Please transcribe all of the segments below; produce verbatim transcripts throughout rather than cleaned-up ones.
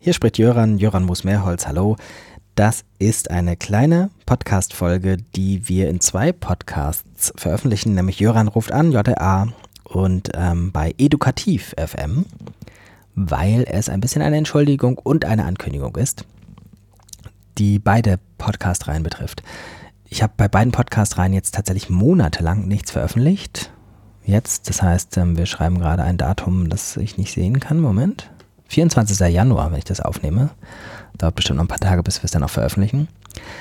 Hier spricht Jöran, Jöran Moos-Mehrholz, hallo. Das ist eine kleine Podcast-Folge, die wir in zwei Podcasts veröffentlichen, nämlich Jöran ruft an, J R A, und ähm, bei Edukativ F M, weil es ein bisschen eine Entschuldigung und eine Ankündigung ist, die beide Podcast-Reihen betrifft. Ich habe bei beiden Podcast-Reihen jetzt tatsächlich monatelang nichts veröffentlicht. Jetzt, das heißt, wir schreiben gerade ein Datum, das ich nicht sehen kann. Moment. vierundzwanzigster Januar, wenn ich das aufnehme. Dauert bestimmt noch ein paar Tage, bis wir es dann auch veröffentlichen.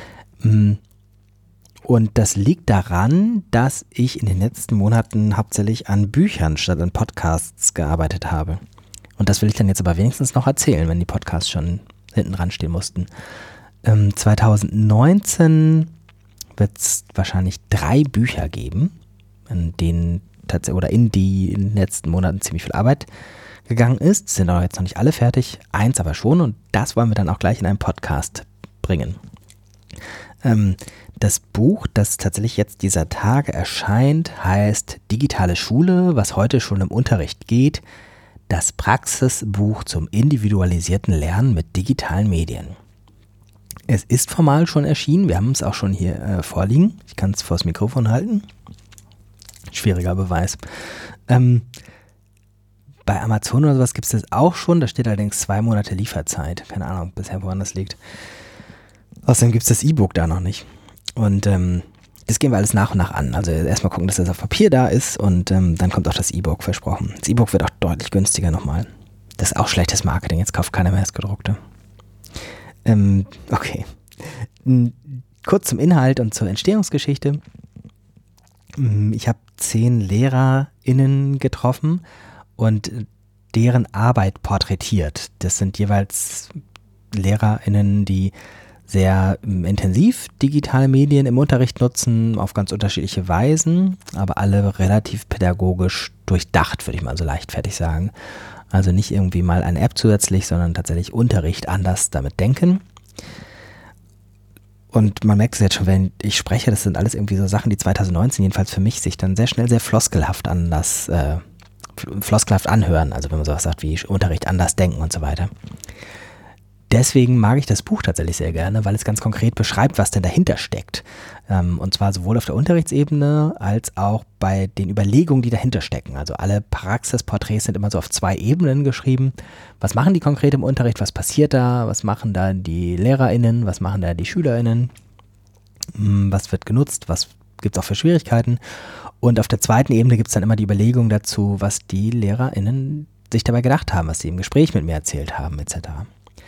Und das liegt daran, dass ich in den letzten Monaten hauptsächlich an Büchern statt an Podcasts gearbeitet habe. Und das will ich dann jetzt aber wenigstens noch erzählen, wenn die Podcasts schon hinten dran stehen mussten. Ähm, zwanzig neunzehn wird es wahrscheinlich drei Bücher geben, in denen tats- oder in die in den letzten Monaten ziemlich viel Arbeit gegangen ist. Sind aber jetzt noch nicht alle fertig, eins aber schon, und das wollen wir dann auch gleich in einem Podcast bringen. Ähm, das Buch, das tatsächlich jetzt dieser Tage erscheint, heißt Digitale Schule, was heute schon im Unterricht geht, das Praxisbuch zum individualisierten Lernen mit digitalen Medien. Es ist formal schon erschienen, wir haben es auch schon hier äh, vorliegen. Ich kann es vors Mikrofon halten. Schwieriger Beweis. Ähm, Bei Amazon oder sowas gibt es das auch schon, da steht allerdings zwei Monate Lieferzeit. Keine Ahnung, bisher woran das liegt. Außerdem gibt es das E-Book da noch nicht. Und ähm, das gehen wir alles nach und nach an. Also erstmal gucken, dass das auf Papier da ist, und ähm, dann kommt auch das E-Book, versprochen. Das E-Book wird auch deutlich günstiger nochmal. Das ist auch schlechtes Marketing, jetzt kauft keiner mehr das gedruckte. Ähm, okay. Kurz zum Inhalt und zur Entstehungsgeschichte. Ich habe zehn LehrerInnen getroffen und deren Arbeit porträtiert. Das sind jeweils LehrerInnen, die sehr ähm, intensiv digitale Medien im Unterricht nutzen, auf ganz unterschiedliche Weisen, aber alle relativ pädagogisch durchdacht, würde ich mal so leichtfertig sagen. Also nicht irgendwie mal eine App zusätzlich, sondern tatsächlich Unterricht anders damit denken. Und man merkt es jetzt schon, wenn ich spreche, das sind alles irgendwie so Sachen, die zwanzig neunzehn jedenfalls für mich sich dann sehr schnell sehr floskelhaft an das äh, floskelhaft anhören, also wenn man sowas sagt wie Unterricht anders denken und so weiter. Deswegen mag ich das Buch tatsächlich sehr gerne, weil es ganz konkret beschreibt, was denn dahinter steckt. Ähm, und zwar sowohl auf der Unterrichtsebene als auch bei den Überlegungen, die dahinter stecken. Also alle Praxisporträts sind immer so auf zwei Ebenen geschrieben. Was machen die konkret im Unterricht? Was passiert da? Was machen da die LehrerInnen? Was machen da die SchülerInnen? Was wird genutzt? Was gibt es auch für Schwierigkeiten? Und auf der zweiten Ebene gibt es dann immer die Überlegung dazu, was die LehrerInnen sich dabei gedacht haben, was sie im Gespräch mit mir erzählt haben, et cetera.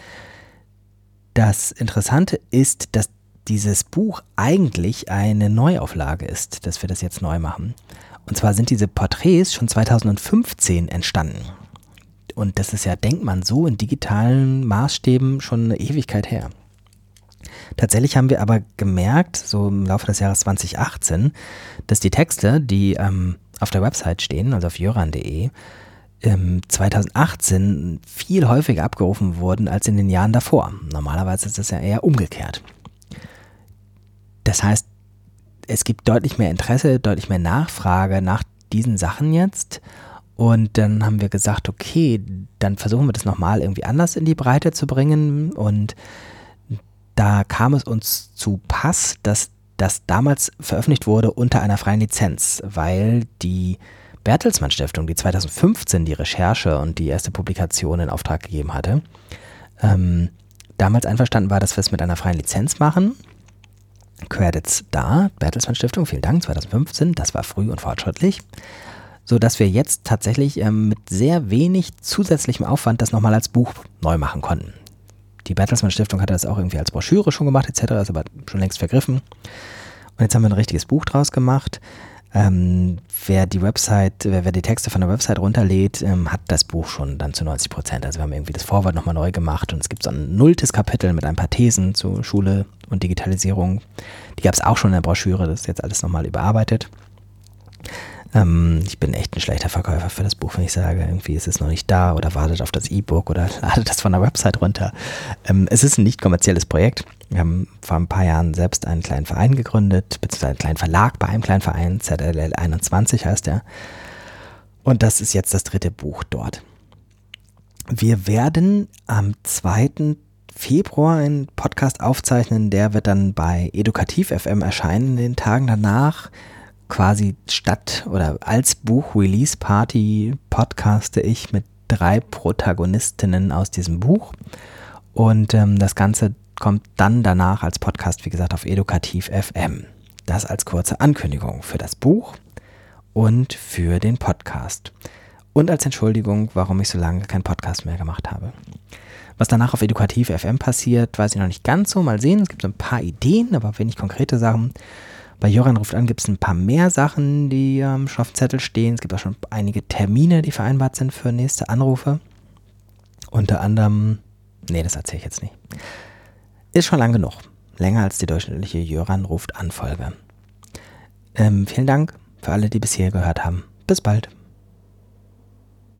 Das Interessante ist, dass dieses Buch eigentlich eine Neuauflage ist, dass wir das jetzt neu machen. Und zwar sind diese Porträts schon zwanzig fünfzehn entstanden. Und das ist ja, denkt man so, in digitalen Maßstäben schon eine Ewigkeit her. Tatsächlich haben wir aber gemerkt, so im Laufe des Jahres zwanzig achtzehn, dass die Texte, die ähm, auf der Website stehen, also auf jöran punkt de, ähm, zwanzig achtzehn viel häufiger abgerufen wurden als in den Jahren davor. Normalerweise ist das ja eher umgekehrt. Das heißt, es gibt deutlich mehr Interesse, deutlich mehr Nachfrage nach diesen Sachen jetzt. Und dann haben wir gesagt, okay, dann versuchen wir das nochmal irgendwie anders in die Breite zu bringen. Und da kam es uns zu Pass, dass das damals veröffentlicht wurde unter einer freien Lizenz, weil die Bertelsmann Stiftung, die zwanzig fünfzehn die Recherche und die erste Publikation in Auftrag gegeben hatte, ähm, damals einverstanden war, dass wir es mit einer freien Lizenz machen. Credits da, Bertelsmann Stiftung, vielen Dank, zwanzig fünfzehn, das war früh und fortschrittlich, sodass wir jetzt tatsächlich ähm, mit sehr wenig zusätzlichem Aufwand das nochmal als Buch neu machen konnten. Die Bertelsmann Stiftung hatte das auch irgendwie als Broschüre schon gemacht et cetera, ist aber schon längst vergriffen. Und jetzt haben wir ein richtiges Buch draus gemacht. Ähm, wer die Website, wer, wer die Texte von der Website runterlädt, ähm, hat das Buch schon dann zu neunzig Prozent. Also wir haben irgendwie das Vorwort nochmal neu gemacht, und es gibt so ein nulltes Kapitel mit ein paar Thesen zu Schule und Digitalisierung. Die gab es auch schon in der Broschüre, das ist jetzt alles nochmal überarbeitet. Ähm, ich bin echt ein schlechter Verkäufer für das Buch, wenn ich sage, irgendwie ist es noch nicht da oder wartet auf das E-Book oder ladet das von der Website runter. Ähm, es ist ein nicht kommerzielles Projekt. Wir haben vor ein paar Jahren selbst einen kleinen Verein gegründet, beziehungsweise einen kleinen Verlag bei einem kleinen Verein, Z L L einundzwanzig heißt der. Und das ist jetzt das dritte Buch dort. Wir werden am zweiten Februar einen Podcast aufzeichnen, der wird dann bei Edukativ F M erscheinen in den Tagen danach. Quasi statt oder als Buch-Release-Party podcaste ich mit drei Protagonistinnen aus diesem Buch. Und ähm, das Ganze kommt dann danach als Podcast, wie gesagt, auf Edukativ F M. Das als kurze Ankündigung für das Buch und für den Podcast. Und als Entschuldigung, warum ich so lange keinen Podcast mehr gemacht habe. Was danach auf Edukativ F M passiert, weiß ich noch nicht ganz so. Mal sehen, es gibt so ein paar Ideen, aber wenig konkrete Sachen. Bei Joran ruft an gibt es ein paar mehr Sachen, die ähm, schon auf dem Zettel stehen. Es gibt auch schon einige Termine, die vereinbart sind für nächste Anrufe. Unter anderem, nee, das erzähle ich jetzt nicht. Ist schon lang genug. Länger als die durchschnittliche Joran ruft an Folge. Ähm, vielen Dank für alle, die bis hier gehört haben. Bis bald.